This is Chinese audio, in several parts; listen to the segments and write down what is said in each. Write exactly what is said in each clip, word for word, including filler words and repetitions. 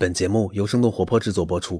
本节目由生动活泼制作播出。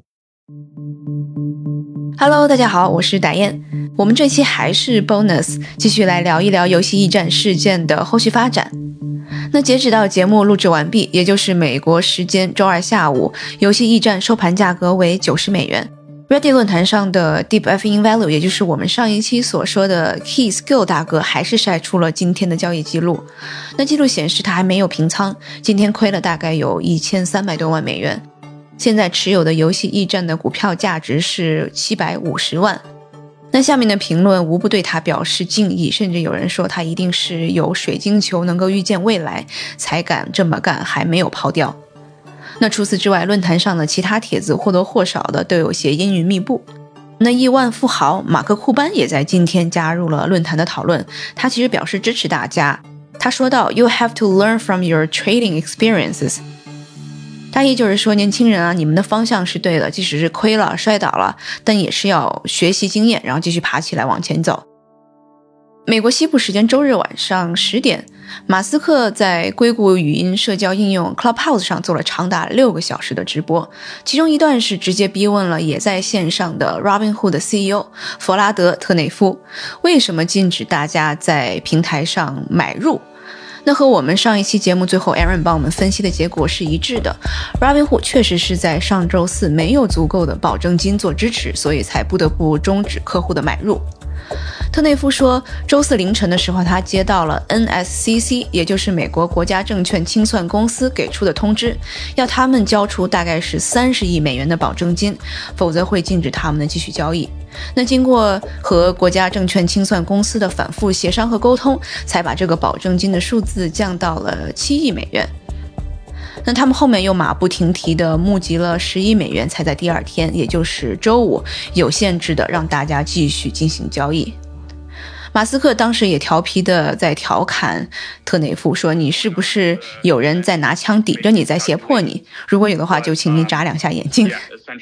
Hello， 大家好，我是打燕。我们这期还是 bonus， 继续来聊一聊游戏驿站事件的后续发展。那截止到节目录制完毕，也就是美国时间周二下午，游戏驿站收盘价格为九十美元。Reddit 论坛上的 DeepF in Value， 也就是我们上一期所说的 Keyskill 大哥，还是晒出了今天的交易记录。那记录显示他还没有平仓，今天亏了大概有一千三百多万美元。现在持有的游戏驿站的股票价值是七百五十万。那下面的评论无不对他表示敬意，甚至有人说他一定是有水晶球能够预见未来才敢这么干，还没有抛掉。那除此之外，论坛上的其他帖子或多或少的都有些阴云密布。那亿万富豪马克库班也在今天加入了论坛的讨论，他其实表示支持大家。他说到 You have to learn from your trading experiences， 大意就是说，年轻人啊，你们的方向是对的，即使是亏了摔倒了，但也是要学习经验，然后继续爬起来往前走。美国西部时间周日晚上十点，马斯克在硅谷语音社交应用 Clubhouse 上做了长达六个小时的直播，其中一段是直接逼问了也在线上的 Robinhood 的 C E O 弗拉德特内夫，为什么禁止大家在平台上买入。那和我们上一期节目最后 Aaron 帮我们分析的结果是一致的， Robinhood 确实是在上周四没有足够的保证金做支持，所以才不得不终止客户的买入。特内夫说，周四凌晨的时候，他接到了 N S C C， 也就是美国国家证券清算公司给出的通知，要他们交出大概是三十亿美元的保证金，否则会禁止他们的继续交易。那经过和国家证券清算公司的反复协商和沟通，才把这个保证金的数字降到了七亿美元。那他们后面又马不停蹄地募集了十亿美元，才在第二天，也就是周五，有限制的让大家继续进行交易。马斯克当时也调皮的在调侃特内夫说，你是不是有人在拿枪抵着你，在胁迫你？如果有的话，就请你眨两下眼睛。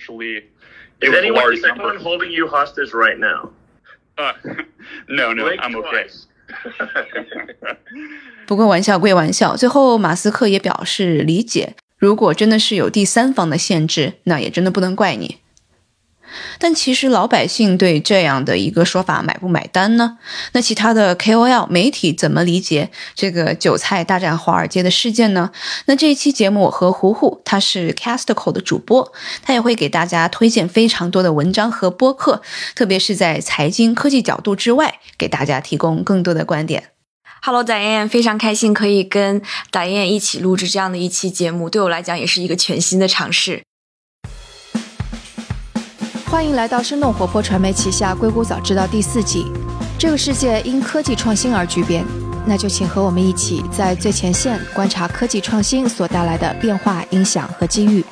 Is anyone, is anyone holding you hostage right now? Uh, no, no, I'm okay. 不过玩笑归玩笑，最后马斯克也表示理解，如果真的是有第三方的限制，那也真的不能怪你。但其实老百姓对这样的一个说法买不买单呢？那其他的 K O L 媒体怎么理解这个韭菜大战华尔街的事件呢？那这一期节目我和胡胡，他是 Casticle 的主播，他也会给大家推荐非常多的文章和播客，特别是在财经科技角度之外，给大家提供更多的观点。 Hello， 打燕，非常开心可以跟打燕一起录制这样的一期节目，对我来讲也是一个全新的尝试。 欢迎来到生动活泼传媒旗下硅谷早知道第四季。这个世界因科技创新而巨变，那就请和我们一起在最前线观察科技创新所带来的变化、影响和机遇。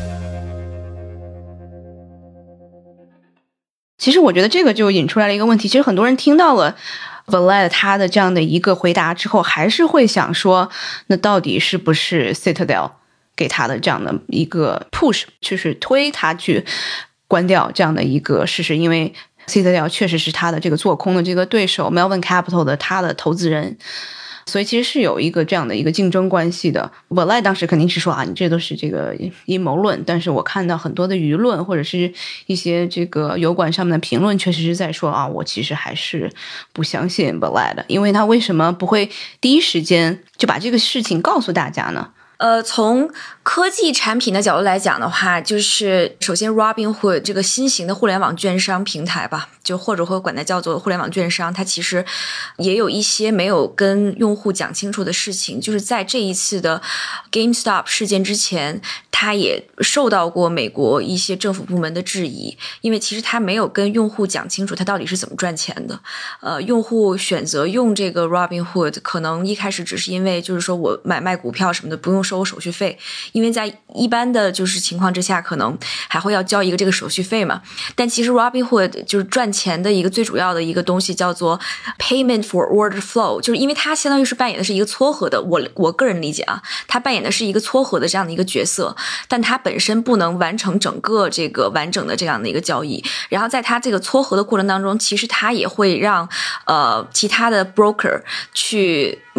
其实我觉得这个就引出来了一个问题，其实很多人听到了Vlad 他的这样的一个回答之后，还是会想说，那到底是不是 Citadel 给他的这样的一个 push， 就是推他去关掉这样的一个事实，因为 Citadel 确实是他的这个做空的这个对手 Melvin Capital 的他的投资人，所以其实是有一个这样的一个竞争关系的。Vlad 当时肯定是说啊，你这都是这个阴谋论，但是我看到很多的舆论或者是一些这个油管上面的评论，确实是在说啊，我其实还是不相信 Vlad， 因为他为什么不会第一时间就把这个事情告诉大家呢？ 呃，从科技产品的角度来讲的话，就是首先 Robinhood 这个新型的互联网券商平台吧，就或者会管它叫做互联网券商，它其实也有一些没有跟用户讲清楚的事情，就是在这一次的 GameStop 事件之前，它也受到过美国一些政府部门的质疑，因为其实它没有跟用户讲清楚它到底是怎么赚钱的。呃，用户选择用这个 Robinhood 可能一开始只是因为就是说我买卖股票什么的不用收手续费，因为在一般的就是情况之下可能还会要交一个这个手续费嘛。但其实 Robinhood 就是赚钱的一个最主要的一个东西叫做 Payment for Order Flow， 就是因为它相当于是扮演的是一个撮合的，我我个人理解啊，它扮演的是一个撮合的这样的一个角色，但它本身不能完成整个这个完整的这样的一个交易。然后在它这个撮合的过程当中，其实它也会让呃其他的 broker 去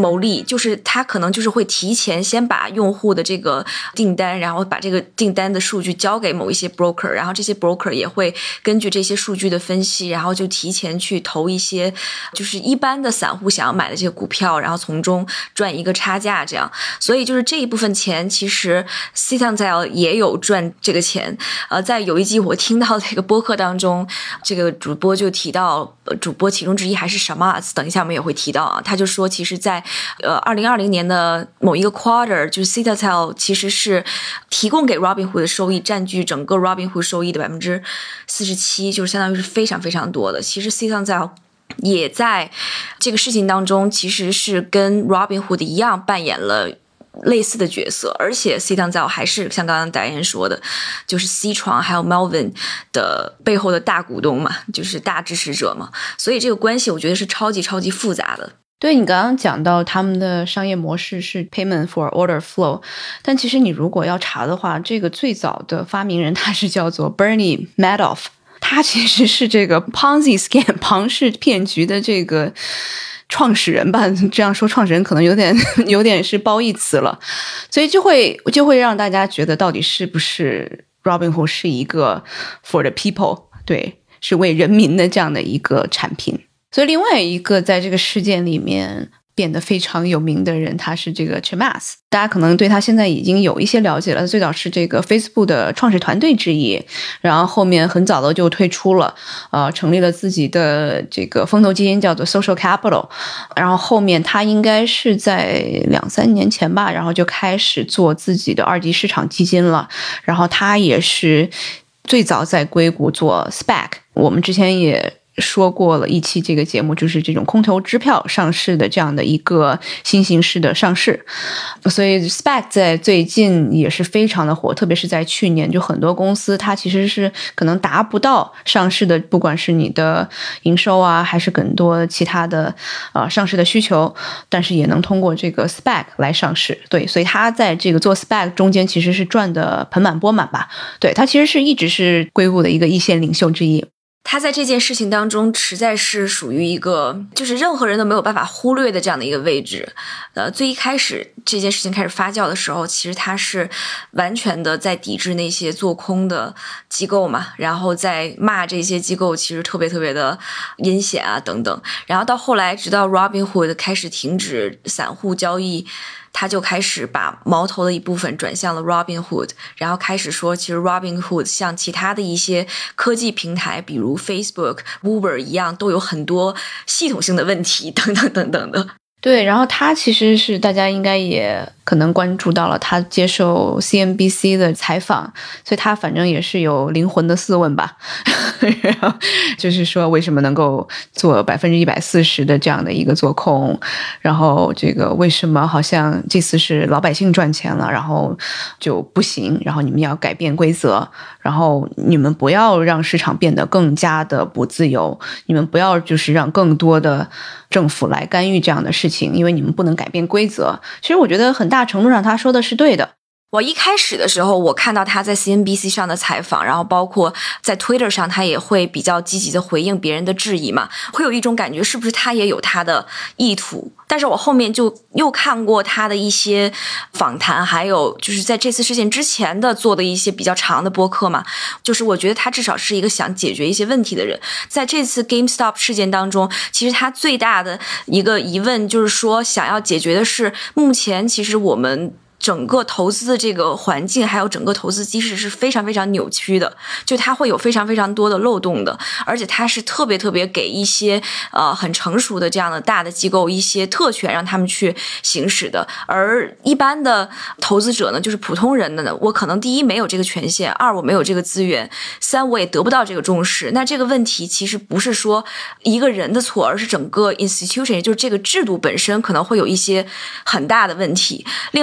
牟利，就是他可能就是会提前先把用户的这个订单，然后把这个订单的数据交给某一些 broker， 然后这些 broker 也会根据这些数据的分析，然后就提前去投一些就是一般的散户想要买的这个股票，然后从中赚一个差价这样。所以就是这一部分钱其实 Citadel 也有赚这个钱。呃，在有一集我听到这个播客当中，这个主播就提到，主播其中之一还是 Shamas， 等一下我们也会提到啊，他就说其实在呃二零二零年的某一个 quarter， 就是 Citadel 其实是提供给 Robinhood 的收益占据整个 Robinhood 收益的百分之四十七，就是相当于是非常非常多的。其实 Citadel 也在这个事情当中其实是跟 Robinhood 一样扮演了类似的角色，而且 Citadel 还是像刚刚Diane说的，就是 C 床还有 Melvin 的背后的大股东嘛，就是大支持者嘛，所以这个关系我觉得是超级超级复杂的。 对，你刚刚讲到他们的商业模式是 payment for order flow， 但其实你如果要查的话，这个最早的发明人他是叫做 Bernie Madoff， 他其实是这个 Ponzi scheme 庞氏骗局的这个创始人吧，这样说创始人可能有点有点是褒义词了，所以就会就会让大家觉得到底是不是 Robinhood 是一个 for the people， 对，是为人民的这样的一个产品。所以另外一个在这个事件里面变得非常有名的人，他是这个 Chamath， 大家可能对他现在已经有一些了解了，最早是这个 Facebook 的创始团队之一，然后后面很早的就退出了，呃，成立了自己的这个风投基金叫做 Social Capital， 然后后面他应该是在两三年前吧，然后就开始做自己的二级市场基金了，然后他也是最早在硅谷做 S P A C， 我们之前也说过了一期这个节目，就是这种空头支票上市的这样的一个新形式的上市，所以 S P A C 在最近也是非常的火，特别是在去年，就很多公司它其实是可能达不到上市的，不管是你的营收啊，还是更多其他的呃上市的需求，但是也能通过这个 S P A C 来上市。对，所以他在这个做 S P A C 中间其实是赚的盆满钵满吧。对，他其实是一直是硅谷的一个一线领袖之一。 他在这件事情当中实在是属于一个就是任何人都没有办法忽略的这样的一个位置。呃，最一开始这件事情开始发酵的时候，其实他是完全的在抵制那些做空的机构嘛，然后在骂这些机构其实特别特别的阴险啊等等。然后到后来直到 Robinhood 开始停止散户交易，他就开始把矛头的一部分转向了 Robinhood， 然后开始说其实 Robinhood 像其他的一些科技平台比如 Facebook、Uber 一样都有很多系统性的问题等等等等的。 对，然后他其实是大家应该也可能关注到了，他接受 C N B C 的采访，所以他反正也是有灵魂的四问吧然后就是说为什么能够做百分之一百四十的这样的一个做空，然后这个为什么好像这次是老百姓赚钱了，然后就不行，然后你们要改变规则，然后你们不要让市场变得更加的不自由，你们不要就是让更多的政府来干预这样的事情，因为你们不能改变规则。其实我觉得很大程度上他说的是对的。 我一开始的时候我看到他在 C N B C 上的采访，然后包括在 Twitter 上他也会比较积极的回应别人的质疑嘛，会有一种感觉是不是他也有他的意图。但是我后面就又看过他的一些访谈，还有就是在这次事件之前的做的一些比较长的播客嘛，就是我觉得他至少是一个想解决一些问题的人。在这次 GameStop 事件当中，其实他最大的一个疑问就是说想要解决的是目前其实我们整个投资的这个环境还有整个投资机制是非常非常扭曲的，就它会有非常非常多的漏洞的，而且它是特别特别给一些呃很成熟的这样的大的机构一些特权让他们去行使的，而一般的投资者呢，就是普通人的呢，我可能第一没有这个权限，二我没有这个资源，三我也得不到这个重视。那这个问题其实不是说一个人的错，而是整个 institution 也就是这个制度本身可能会有一些很大的问题。另外的话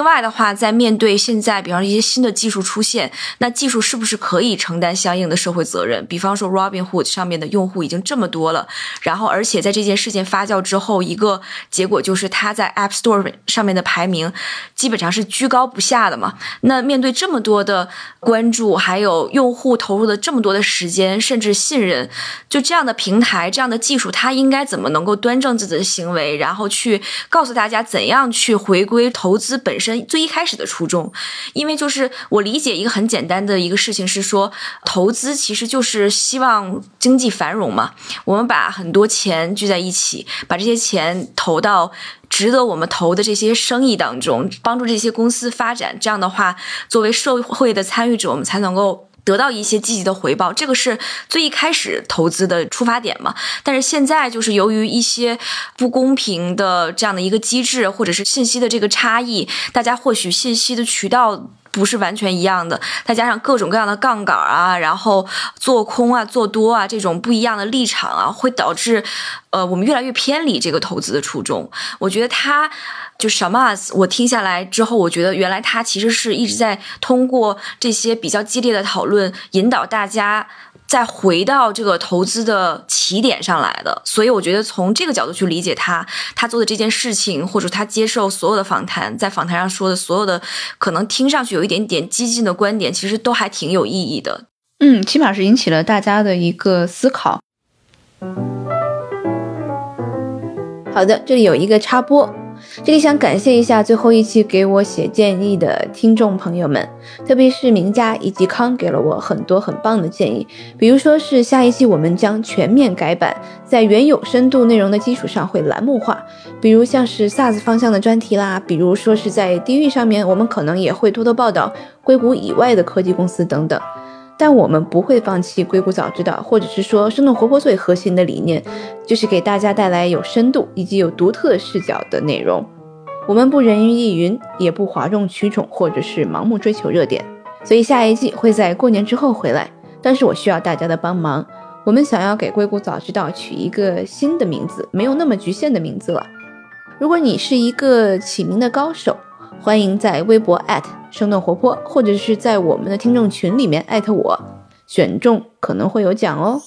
话，在面对现在比方说一些新的技术出现，那技术是不是可以承担相应的社会责任？比方说 Robinhood 上面的用户已经这么多了，然后而且在这件事件发酵之后，一个结果就是它在 App Store 上面的排名基本上是居高不下的嘛。那面对这么多的关注，还有用户投入的这么多的时间甚至信任，就这样的平台这样的技术，它应该怎么能够端正自己的行为，然后去告诉大家怎样去回归投资本身最一开始的初衷。因为就是我理解一个很简单的一个事情是说，投资其实就是希望经济繁荣嘛，我们把很多钱聚在一起，把这些钱投到值得我们投的这些生意当中，帮助这些公司发展，这样的话作为社会的参与者，我们才能够得到一些积极的回报，这个是最一开始投资的出发点嘛。但是现在就是由于一些不公平的这样的一个机制，或者是信息的这个差异，大家获取信息的渠道不是完全一样的，再加上各种各样的杠杆啊，然后做空啊做多啊这种不一样的立场啊，会导致呃我们越来越偏离这个投资的初衷。我觉得他就 Shamaz 我听下来之后，我觉得原来他其实是一直在通过这些比较激烈的讨论引导大家再回到这个投资的起点上来的。所以我觉得从这个角度去理解他他做的这件事情，或者他接受所有的访谈，在访谈上说的所有的可能听上去有一点点激进的观点，其实都还挺有意义的。 嗯，起码是引起了大家的一个思考。好的，这里有一个插播，这里想感谢一下最后一期给我写建议的听众朋友们，特别是名家以及康给了我很多很棒的建议。比如说是下一期我们将全面改版，在原有深度内容的基础上会栏目化，比如像是 SaaS 方向的专题啦，比如说是在地域上面我们可能也会多多报道硅谷以外的科技公司等等。但我们不会放弃硅谷早知道，或者是说生动活泼最核心的理念，就是给大家带来有深度以及有独特的视角的内容。我们不人云亦云，也不哗众取宠，或者是盲目追求热点。所以下一季会在过年之后回来，但是我需要大家的帮忙。我们想要给硅谷早知道取一个新的名字，没有那么局限的名字了。如果你是一个起名的高手，欢迎在微博 at 生动活泼，或者是在我们的听众群里面 at 我，选中可能会有奖哦。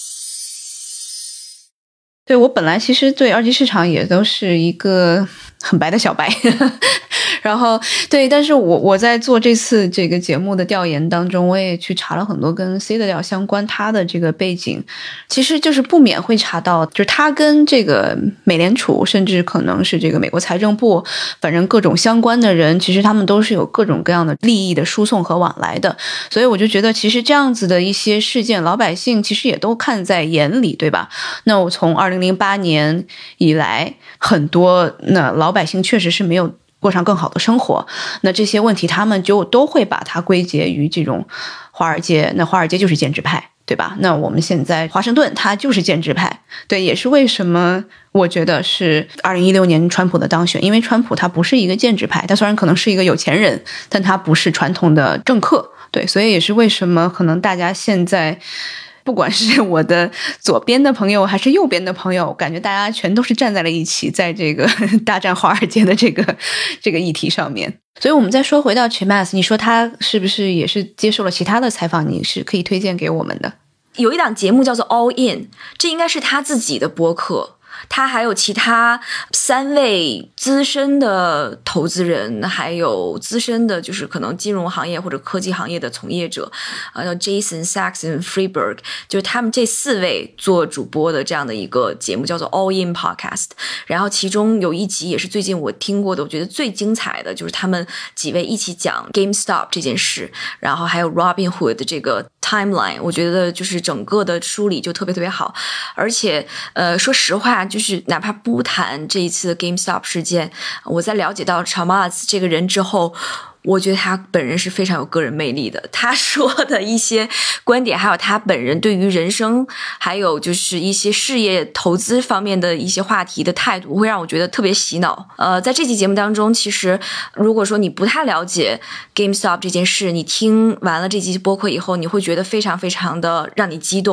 对，我本来其实对二级市场也都是一个很白的小白然后对，但是我我在做这次这个节目的调研当中，我也去查了很多跟 Citadel 相关他的这个背景，其实就是不免会查到，就是他跟这个美联储，甚至可能是这个美国财政部，反正各种相关的人，其实他们都是有各种各样的利益的输送和往来的。所以我就觉得其实这样子的一些事件，老百姓其实也都看在眼里，对吧？那我从二零零八年以来，很多那老百姓确实是没有过上更好的生活，那这些问题他们就都会把它归结于这种华尔街，那华尔街就是建制派，对吧？那我们现在华盛顿它就是建制派，对，也是为什么我觉得是二零一六年川普的当选，因为川普他不是一个建制派，他虽然可能是一个有钱人，但他不是传统的政客，对，所以也是为什么可能大家现在不管是我的左边的朋友还是右边的朋友，感觉大家全都是站在了一起，在这个大战华尔街的这个这个议题上面。所以我们再说回到 Chamath， 你说他是不是也是接受了其他的采访，你是可以推荐给我们的？ 有一档节目叫做 All In， 这应该是他自己的播客，他还有其他三位资深的投资人，还有资深的就是可能金融行业或者科技行业的从业者，呃 Jason Saxon Freeberg， 就是他们这四位做主播的这样的一个节目叫做 All In Podcast。 然后其中有一集也是最近我听过的，我觉得最精彩的就是他们几位一起讲 GameStop 这件事，然后还有 Robinhood 的这个 timeline， 我觉得就是整个的梳理就特别特别好。而且呃，说实话，就是哪怕不谈这一次的 GameStop 事件，我在了解到 Chamath 这个人之后，我觉得他本人是非常有个人魅力的。他说的一些观点，还有他本人对于人生，还有就是一些事业投资方面的一些话题的态度，会让我觉得特别洗脑。呃，在这期节目当中，其实如果说你不太了解 GameStop 这件事，你听完了这期播客以后，你会觉得非常非常的让你激动。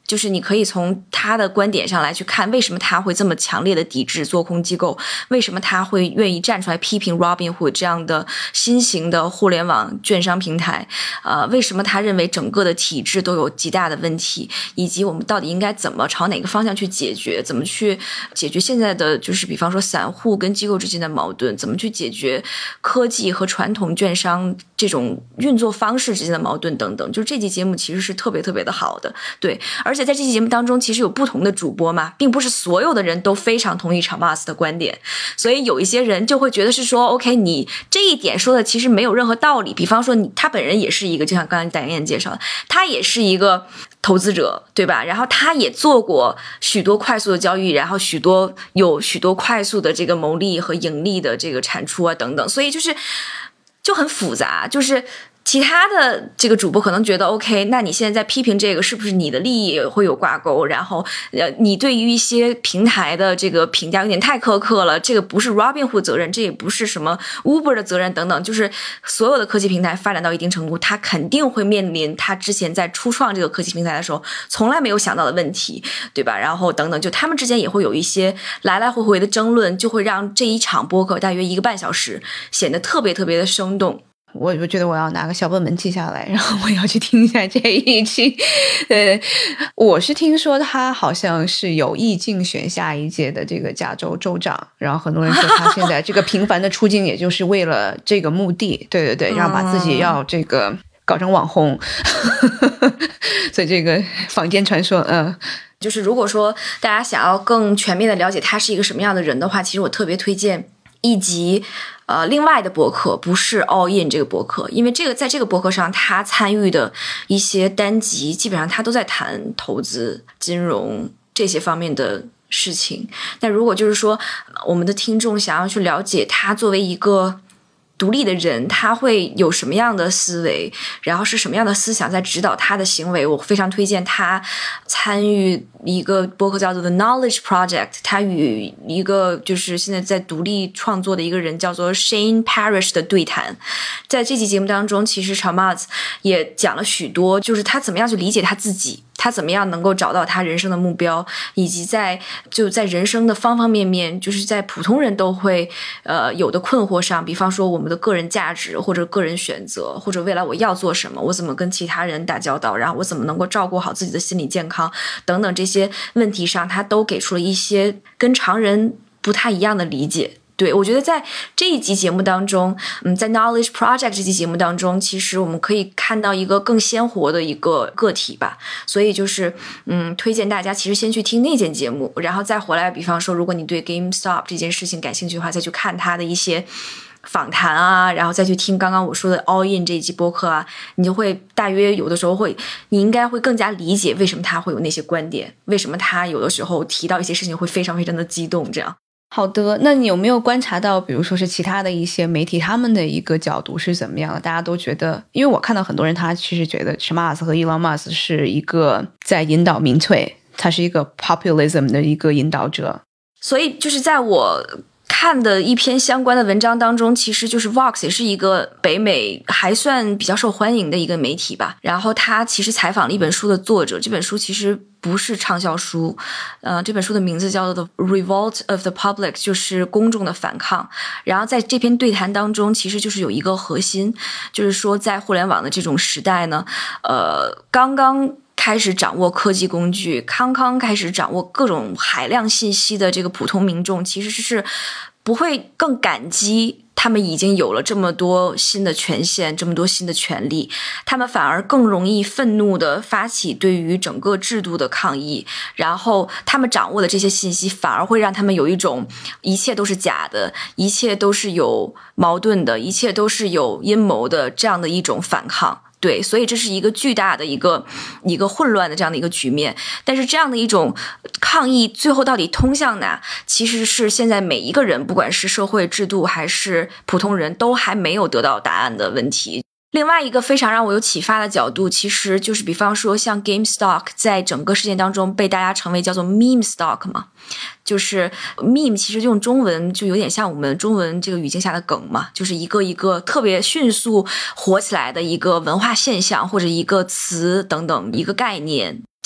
就是你可以从他的观点上来去看，为什么他会这么强烈的抵制做空机构，为什么他会愿意站出来批评 Robinhood 这样的新型的互联网券商平台，呃，为什么他认为整个的体制都有极大的问题，以及我们到底应该怎么朝哪个方向去解决，怎么去解决现在的就是比方说散户跟机构之间的矛盾，怎么去解决科技和传统券商这种运作方式之间的矛盾等等。就是这期节目其实是特别特别的好的，对，而且在这期节目当中其实有不同的主播嘛，并不是所有的人都非常同意 Chamath 的观点，所以有一些人就会觉得是说 OK 你这一点说的其实没有任何道理，比方说你他本人也是一个，就像刚才戴燕介绍的，他也是一个投资者，对吧？然后他也做过许多快速的交易，然后许多有许多快速的这个牟利和盈利的这个产出啊等等，所以就是就很复杂，就是其他的这个主播可能觉得 OK， 那你现在在批评这个是不是你的利益会有挂钩，然后呃，你对于一些平台的这个评价有点太苛刻了，这个不是 Robinhood 责任，这也不是什么 Uber 的责任等等，就是所有的科技平台发展到一定程度，它肯定会面临它之前在初创这个科技平台的时候从来没有想到的问题，对吧？然后等等，就他们之间也会有一些来来回回的争论，就会让这一场播客大约一个半小时显得特别特别的生动。 我我觉得我要拿个小本本记下来，然后我要去听一下这一期。对，我是听说他好像是有意竞选下一届的这个加州州长，然后很多人说他现在这个频繁的出镜也就是为了这个目的，对对对，让把自己要这个搞成网红。所以这个坊间传说，嗯。 就是如果说大家想要更全面的了解他是一个什么样的人的话，其实我特别推荐一集呃，另外的博客，不是 All In 这个博客，因为这个在这个博客上他参与的一些单集基本上他都在谈投资、金融这些方面的事情。但如果就是说我们的听众想要去了解他作为一个独立的人，他会有什么样的思维，然后是什么样的思想在指导他的行为，我非常推荐他参与一个播客叫做 The Knowledge Project， 他与一个就是现在在独立创作的一个人叫做 Shane Parrish 的对谈。在这期节目当中，其实 Chamath 也讲了许多，就是他怎么样去理解他自己，他怎么样能够找到他人生的目标，以及在就在人生的方方面面，就是在普通人都会呃有的困惑上，比方说我们的个人价值或者个人选择，或者未来我要做什么，我怎么跟其他人打交道，然后我怎么能够照顾好自己的心理健康等等这些问题上，他都给出了一些跟常人不太一样的理解。对，我觉得在这一集节目当中，嗯，在 Knowledge Project 这期节目当中，其实我们可以看到一个更鲜活的一个个体吧。所以就是，嗯，推荐大家其实先去听那件节目，然后再回来，比方说，如果你对 GameStop 这件事情感兴趣的话，再去看他的一些访谈啊，然后再去听刚刚我说的 All In 这一集播客啊，你就会大约有的时候会，你应该会更加理解为什么他会有那些观点，为什么他有的时候提到一些事情会非常非常的激动，这样。 好的，那你有没有观察到比如说是其他的一些媒体他们的一个角度是怎么样的？大家都觉得，因为我看到很多人他其实觉得 Chamath 和 Elon Musk 是一个在引导民粹，他是一个 populism 的一个引导者。 所以就是在我看的一篇相关的文章当中，其实就是 Vox 也是一个北美还算比较受欢迎的一个媒体吧，然后他其实采访了一本书的作者，这本书其实不是畅销书，呃，这本书的名字叫做 The Revolt of the Public， 就是公众的反抗。然后在这篇对谈当中，其实就是有一个核心，就是说在互联网的这种时代呢，呃，刚刚开始掌握科技工具，刚刚开始掌握各种海量信息的这个普通民众，其实是不会更感激他们已经有了这么多新的权限，这么多新的权利，他们反而更容易愤怒地发起对于整个制度的抗议，然后他们掌握的这些信息反而会让他们有一种一切都是假的，一切都是有矛盾的，一切都是有阴谋的这样的一种反抗。对，所以这是一个巨大的一个一个混乱的这样的一个局面，但是这样的一种抗议最后到底通向哪，其实是现在每一个人不管是社会制度还是普通人都还没有得到答案的问题。另外一个非常让我有启发的角度，其实就是比方说像 GameStop 在整个事件当中被大家称为叫做 meme stock 嘛，就是 meme 其实用中文就有点像我们中文这个语境下的梗嘛，就是一个一个特别迅速火起来的一个文化现象或者一个词等等一个概念。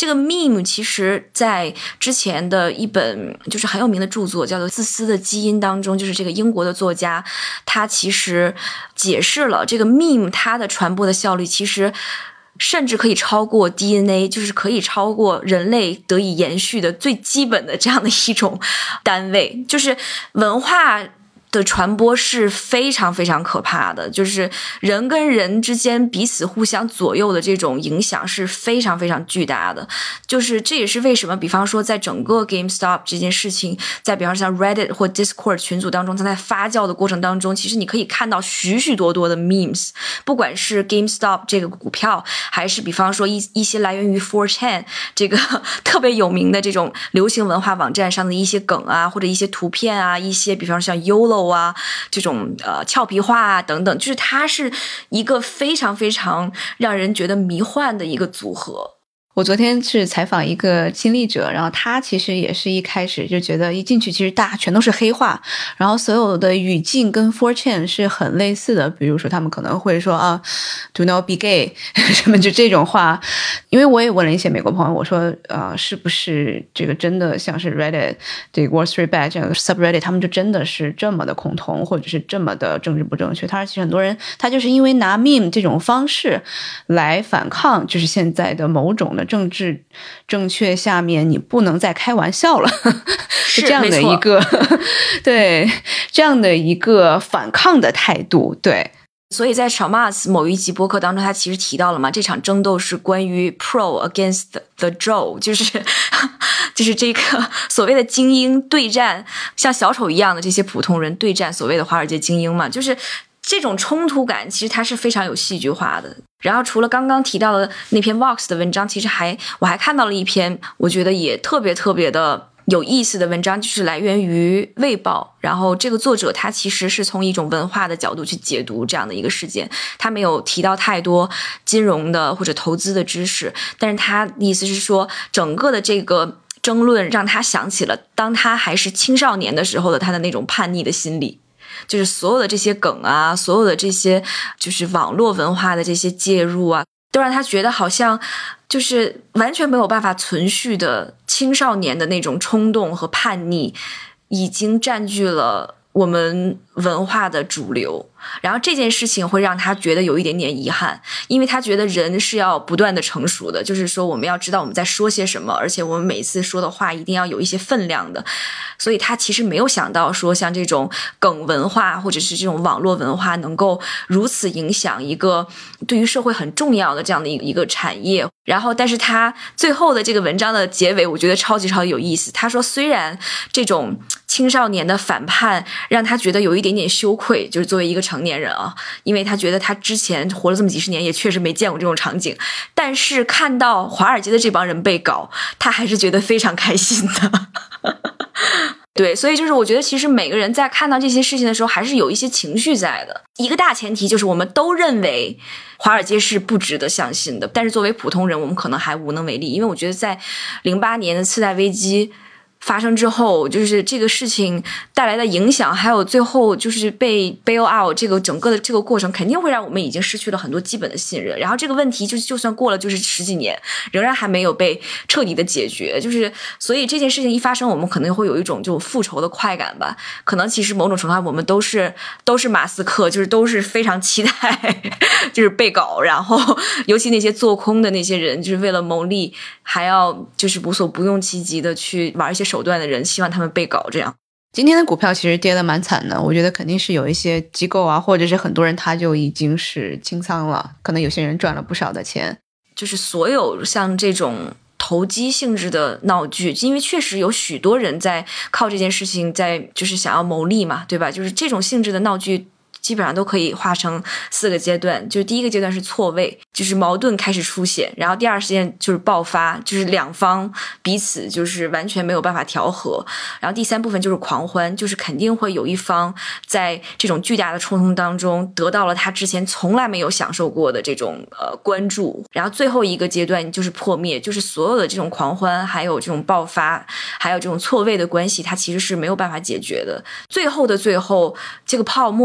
这个 meme 其实在之前的一本就是很有名的著作叫做《自私的基因》当中，就是这个英国的作家他其实解释了这个 meme 它的传播的效率其实甚至可以超过 D N A， 就是可以超过人类得以延续的最基本的这样的一种单位，就是文化的传播是非常非常可怕的，就是人跟人之间彼此互相左右的这种影响是非常非常巨大的。就是这也是为什么比方说在整个 GameStop 这件事情，在比方像 Reddit 或 Discord 群组当中，它在发酵的过程当中，其实你可以看到许许多多的 memes， 不管是 GameStop 这个股票，还是比方说一一些来源于 four chan 这个特别有名的这种流行文化网站上的一些梗啊，或者一些图片啊，一些比方说像 Y O L O啊这种呃俏皮话啊等等，就是它是一个非常非常让人觉得迷幻的一个组合。 我昨天是采访一个亲历者，然后他其实也是一开始就觉得一进去其实大家全都是黑话，然后所有的语境跟 four chan 是很类似的，比如说他们可能会说啊 do not be gay 什么就这种话。因为我也问了一些美国朋友，我说呃是不是这个真的像是 Reddit 这个 Wall Street Bets 这个 subreddit 他们就真的是这么的恐同或者是这么的政治不正确。他说其实很多人他就是因为拿 meme 这种方式来反抗就是现在的某种的政治正确下面你不能再开玩笑了是这样的一个对这样的一个反抗的态度。对， 所以在小 Mas 某一集播客当中他其实提到了嘛，这场争斗是关于 Pro against the Joe， 就是就是这个所谓的精英对战像小丑一样的这些普通人对战所谓的华尔街精英嘛，就是这种冲突感其实它是非常有戏剧化的。然后除了刚刚提到的那篇 Vox 的文章，其实还我还看到了一篇我觉得也特别特别的有意思的文章，就是来源于卫报，然后这个作者他其实是从一种文化的角度去解读这样的一个事件，他没有提到太多金融的或者投资的知识，但是他意思是说整个的这个争论让他想起了当他还是青少年的时候的他的那种叛逆的心理，就是所有的这些梗啊，所有的这些就是网络文化的这些介入啊，都让他觉得好像就是完全没有办法存续的青少年的那种冲动和叛逆已经占据了我们文化的主流。然后这件事情会让他觉得有一点点遗憾，因为他觉得人是要不断的成熟的，就是说我们要知道我们在说些什么，而且我们每次说的话一定要有一些分量的。所以他其实没有想到说像这种梗文化或者是这种网络文化能够如此影响一个对于社会很重要的这样的一个产业。然后但是他最后的这个文章的结尾我觉得超级超级有意思，他说虽然这种青少年的反叛让他觉得有一点点羞愧，就是作为一个成年人啊，因为他觉得他之前活了这么几十年也确实没见过这种场景，但是看到华尔街的这帮人被搞他还是觉得非常开心的对，所以就是我觉得其实每个人在看到这些事情的时候还是有一些情绪在的。一个大前提就是我们都认为华尔街是不值得相信的，但是作为普通人我们可能还无能为力。因为我觉得在零八年的次贷危机发生之后，就是这个事情带来的影响，还有最后就是被 bail out 这个整个的这个过程，肯定会让我们已经失去了很多基本的信任。然后这个问题就就算过了就是十几年，仍然还没有被彻底的解决。就是所以这件事情一发生，我们可能会有一种就复仇的快感吧。可能其实某种程度上我们都是都是马斯克，就是都是非常期待就是被搞，然后尤其那些做空的那些人，就是为了牟利还要就是无所不用其极的去玩一些手段的人，希望他们被搞这样。 今天的股票其实跌得蛮惨的，我觉得肯定是有一些机构啊，或者是很多人他就已经是清仓了，可能有些人赚了不少的钱。 就是所有像这种投机性质的闹剧，因为确实有许多人在靠这件事情在就是想要牟利嘛，对吧？就是这种性质的闹剧基本上都可以划成四个阶段。就是第一个阶段是错位，就是矛盾开始出现，然后第二时间就是爆发，就是两方彼此就是完全没有办法调和，然后第三部分就是狂欢，就是肯定会有一方在这种巨大的冲突当中得到了他之前从来没有享受过的这种呃关注，然后最后一个阶段就是破灭，就是所有的这种狂欢还有这种爆发还有这种错位的关系它其实是没有办法解决的，最后的最后这个泡沫肯定会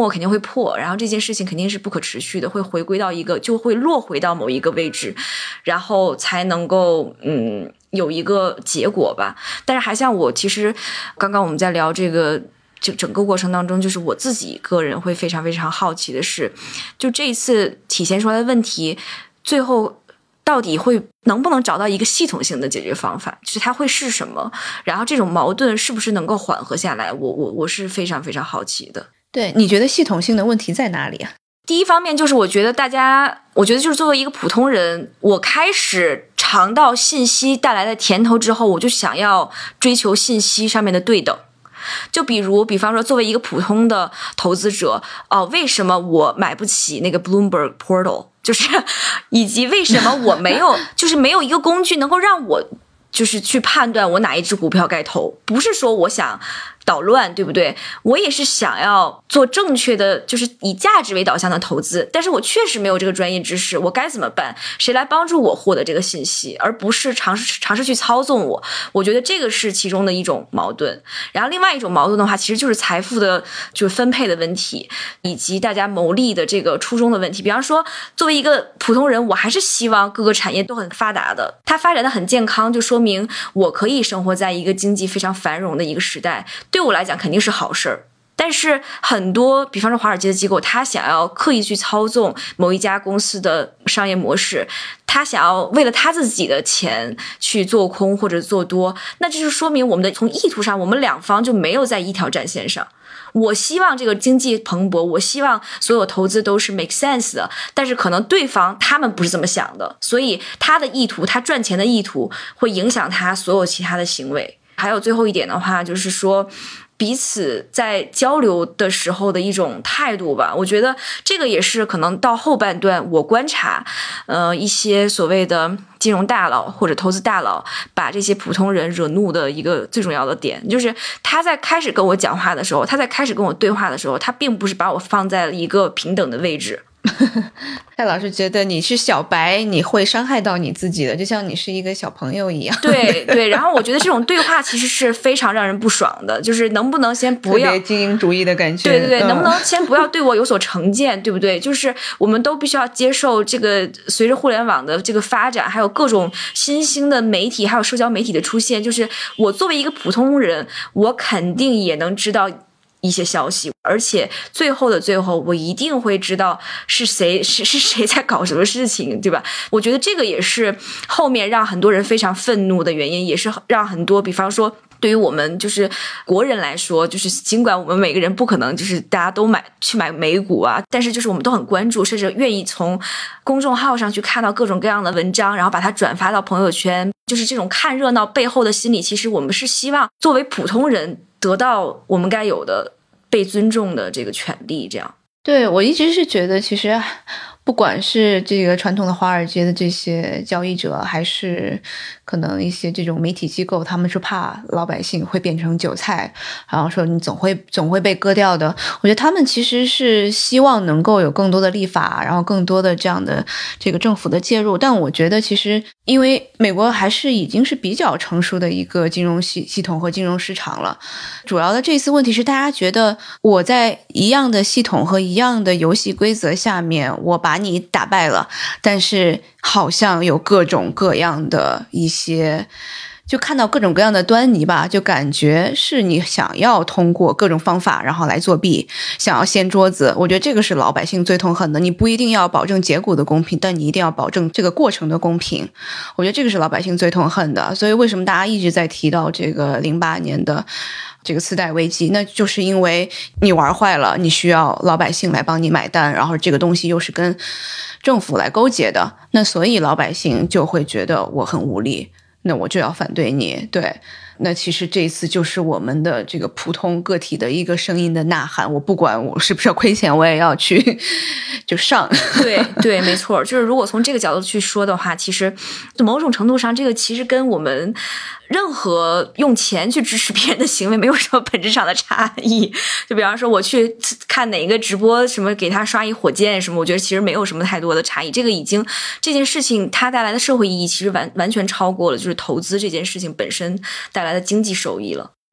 破，然后这件事情肯定是不可持续的，会回归到一个就会落回到某一个位置，然后才能够嗯有一个结果吧。但是还像我其实刚刚我们在聊这个就整个过程当中，就是我自己个人会非常非常好奇的是，就这一次体现出来的问题最后到底会能不能找到一个系统性的解决方法，就是它会是什么，然后这种矛盾是不是能够缓和下来，我我我是非常非常好奇的。 对，你觉得系统性的问题在哪里啊？ 第一方面就是我觉得大家我觉得就是作为一个普通人，我开始尝到信息带来的甜头之后，我就想要追求信息上面的对等。就比如比方说作为一个普通的投资者哦、呃，为什么我买不起那个 Bloomberg Portal， 就是以及为什么我没有就是没有一个工具能够让我就是去判断我哪一只股票该投，不是说我想捣乱，对不对？我也是想要做正确的，就是以价值为导向的投资，但是我确实没有这个专业知识，我该怎么办？谁来帮助我获得这个信息，而不是尝试尝试去操纵我？我觉得这个是其中的一种矛盾。然后另外一种矛盾的话，其实就是财富的就是分配的问题，以及大家谋利的这个初衷的问题。比方说，作为一个普通人，我还是希望各个产业都很发达的，它发展的很健康，就说明我可以生活在一个经济非常繁荣的一个时代。对我来讲肯定是好事儿，但是很多比方说华尔街的机构，他想要刻意去操纵某一家公司的商业模式，他想要为了他自己的钱去做空或者做多，那这就说明我们的从意图上我们两方就没有在一条战线上。我希望这个经济蓬勃，我希望所有投资都是 make sense 的，但是可能对方他们不是这么想的，所以他的意图，他赚钱的意图会影响他所有其他的行为。还有最后一点的话，就是说彼此在交流的时候的一种态度吧。我觉得这个也是可能到后半段我观察呃，一些所谓的金融大佬或者投资大佬把这些普通人惹怒的一个最重要的点，就是他在开始跟我讲话的时候，他在开始跟我对话的时候，他并不是把我放在了一个平等的位置。 戴老师觉得你是小白，你会伤害到你自己的，就像你是一个小朋友一样。 对对，然后我觉得这种对话其实是非常让人不爽的，就是能不能先不要特别精英主义的感觉。 对对对、嗯、能不能先不要对我有所成见，对不对？就是我们都必须要接受这个随着互联网的这个发展，还有各种新兴的媒体还有社交媒体的出现，就是我作为一个普通人，我肯定也能知道一些消息，而且最后的最后我一定会知道是谁是是谁在搞什么事情，对吧？我觉得这个也是后面让很多人非常愤怒的原因，也是让很多比方说对于我们就是国人来说，就是尽管我们每个人不可能就是大家都买去买美股啊，但是就是我们都很关注，甚至愿意从公众号上去看到各种各样的文章，然后把它转发到朋友圈，就是这种看热闹背后的心理，其实我们是希望作为普通人得到我们该有的被尊重的这个权利。这样， 对，我一直是觉得其实不管是这个传统的华尔街的这些交易者，还是可能一些这种媒体机构，他们是怕老百姓会变成韭菜，然后说你总会总会被割掉的。我觉得他们其实是希望能够有更多的立法，然后更多的这样的这个政府的介入。但我觉得其实因为美国还是已经是比较成熟的一个金融系系统和金融市场了，主要的这次问题是大家觉得我在一样的系统和一样的游戏规则下面，我把你打败了，但是好像有各种各样的一些，就看到各种各样的端倪吧，就感觉是你想要通过各种方法然后来作弊，想要掀桌子。我觉得这个是老百姓最痛恨的，你不一定要保证结果的公平，但你一定要保证这个过程的公平。我觉得这个是老百姓最痛恨的。所以为什么大家一直在提到这个零八年的这个次贷危机，那就是因为你玩坏了，你需要老百姓来帮你买单，然后这个东西又是跟政府来勾结的，那所以老百姓就会觉得我很无力，那我就要反对你。对，那其实这一次就是我们的这个普通个体的一个声音的呐喊，我不管我是不是要亏钱，我也要去就上。 对对，没错，就是如果从这个角度去说的话，其实某种程度上这个其实跟我们任何用钱去支持别人的行为没有什么本质上的差异。就比方说我去看哪个直播什么给他刷一火箭什么，我觉得其实没有什么太多的差异。这个已经这件事情它带来的社会意义其实完完全超过了就是投资这件事情本身带来的经济收益了。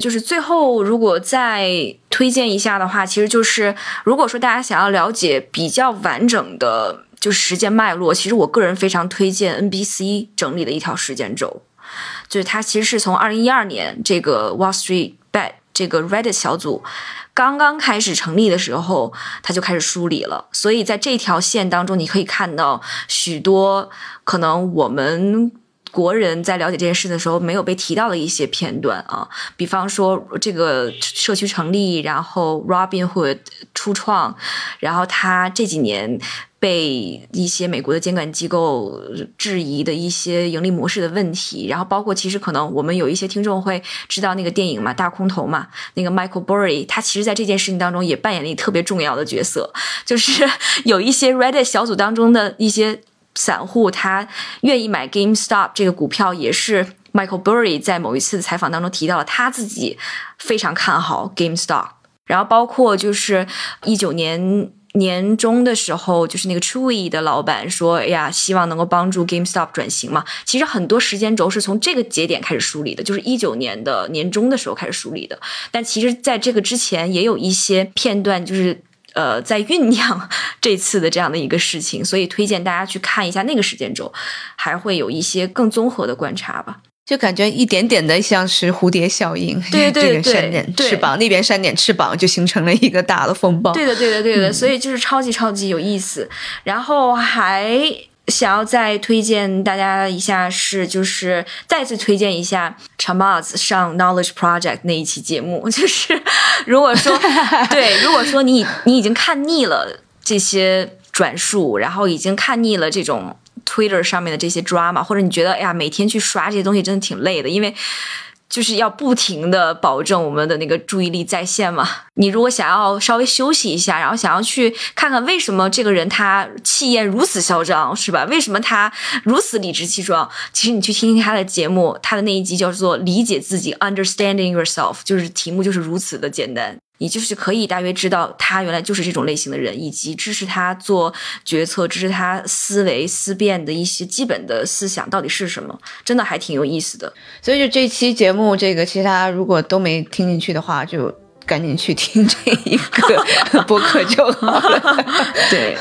就是最后如果再推荐一下的话，其实就是如果说大家想要了解比较完整的就是时间脉络，其实我个人非常推荐 N B C 整理的一条时间轴，就是它其实是从二零一二年这个 Wall Street Bet 这个 Reddit 小组刚刚开始成立的时候，它就开始梳理了。所以在这条线当中，你可以看到许多可能我们国人在了解这件事的时候没有被提到的一些片段啊，比方说这个社区成立，然后 Robinhood 初创，然后他这几年被一些美国的监管机构质疑的一些盈利模式的问题，然后包括其实可能我们有一些听众会知道那个电影嘛，大空头嘛，那个 Michael Burry 他其实在这件事情当中也扮演了一个特别重要的角色，就是有一些 Reddit 小组当中的一些散户他愿意买 GameStop 这个股票，也是 Michael Burry 在某一次采访当中提到了他自己非常看好 GameStop。 然后包括就是一九年年中的时候，就是那个 Chewy 的老板说，哎呀，希望能够帮助 GameStop 转型嘛。其实很多时间轴是从这个节点开始梳理的，就是一九年的年中的时候开始梳理的。但其实在这个之前也有一些片段，就是呃，在酝酿这次的这样的一个事情，所以推荐大家去看一下那个时间轴，还会有一些更综合的观察吧。 就感觉一点点的像是蝴蝶效应， 对对对， 这个扇点翅膀，那边扇点翅膀，就形成了一个大的风暴。 对的对的对的、嗯、所以就是超级超级有意思。然后还想要再推荐大家一下是，就是再次推荐一下 Chamath 上 Knowledge Project 那一期节目，就是如果说对，如果说你你已经看腻了这些转述，然后已经看腻了这种Twitter 上面的这些 drama， 或者你觉得哎呀每天去刷这些东西真的挺累的，因为就是要不停的保证我们的那个注意力在线嘛。你如果想要稍微休息一下，然后想要去看看为什么这个人他气焰如此嚣张，是吧？为什么他如此理直气壮？其实你去听听他的节目，他的那一集叫做理解自己 Understanding Yourself， 就是题目就是如此的简单。你就是可以大约知道他原来就是这种类型的人，以及支持他做决策，支持他思维思辨的一些基本的思想到底是什么，真的还挺有意思的。 所以就这期节目，这个其他如果都没听进去的话，就赶紧去听这一个播客就好了。 对。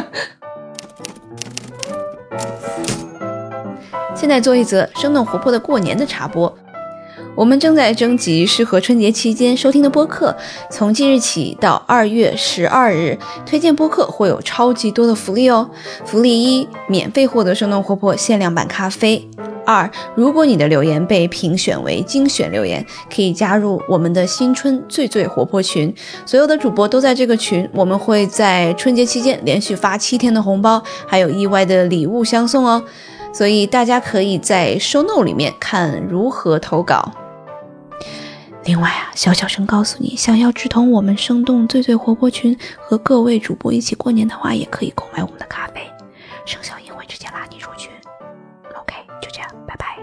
现在做一则生动活泼的过年的插播。我们正在征集适合春节期间收听的播客，从即日起到二月十二日，推荐播客会有超级多的福利哦。福利一，免费获得生动活泼限量版咖啡。二，如果你的留言被评选为精选留言，可以加入我们的新春最最活泼群，所有的主播都在这个群，我们会在春节期间连续发七天的红包，还有意外的礼物相送哦。所以大家可以在 show note 里面看如何投稿。另外啊，小小声告诉你，想要直通我们生动最最活泼群和各位主播一起过年的话，也可以购买我们的咖啡，生小英会直接拉你入群。 OK， 就这样，拜拜。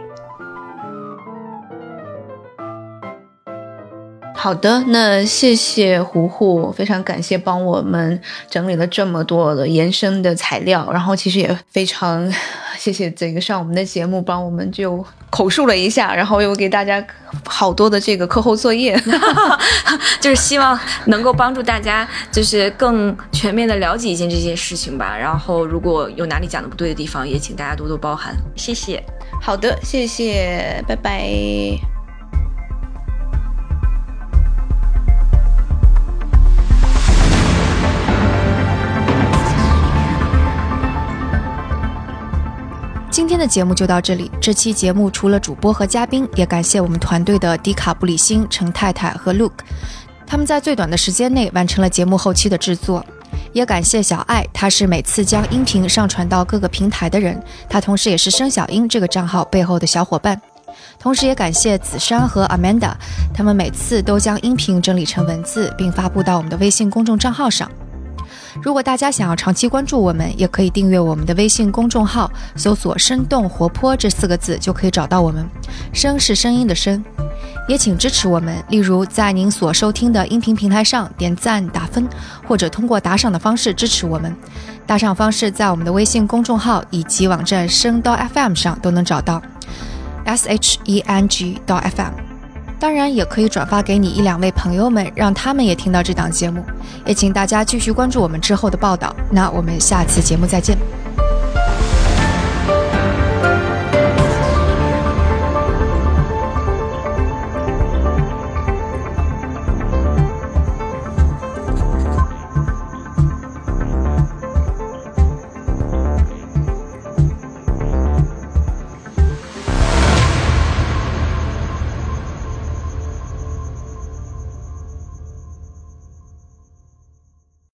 好的，那谢谢胡胡，非常感谢帮我们整理了这么多的延伸的材料，然后其实也非常谢谢这个上我们的节目帮我们就口述了一下，然后又给大家好多的这个课后作业就是希望能够帮助大家就是更全面的了解一件这件事情吧，然后如果有哪里讲的不对的地方，也请大家多多包涵，谢谢。 好的，谢谢，拜拜。 今天的节目就到这里。这期节目除了主播和嘉宾，也感谢我们团队的迪卡布里辛、陈太太和 Luke， 他们在最短的时间内完成了节目后期的制作。也感谢小爱，她是每次将音频上传到各个平台的人，她同时也是生小英这个账号背后的小伙伴。同时也感谢子珊和 Amanda， 他们每次都将音频整理成文字并发布到我们的微信公众账号上。如果大家想要长期关注我们，也可以订阅我们的微信公众号，搜索生动活泼这四个字就可以找到我们。声是声音的声。也请支持我们，例如在您所收听的音频平台上点赞打分，或者通过打赏的方式支持我们。打赏方式在我们的微信公众号以及网站声道 F M 上都能找到 S H E N G 到 F M。 当然也可以转发给你一两位朋友们，让他们也听到这档节目。也请大家继续关注我们之后的报道。那我们下次节目再见。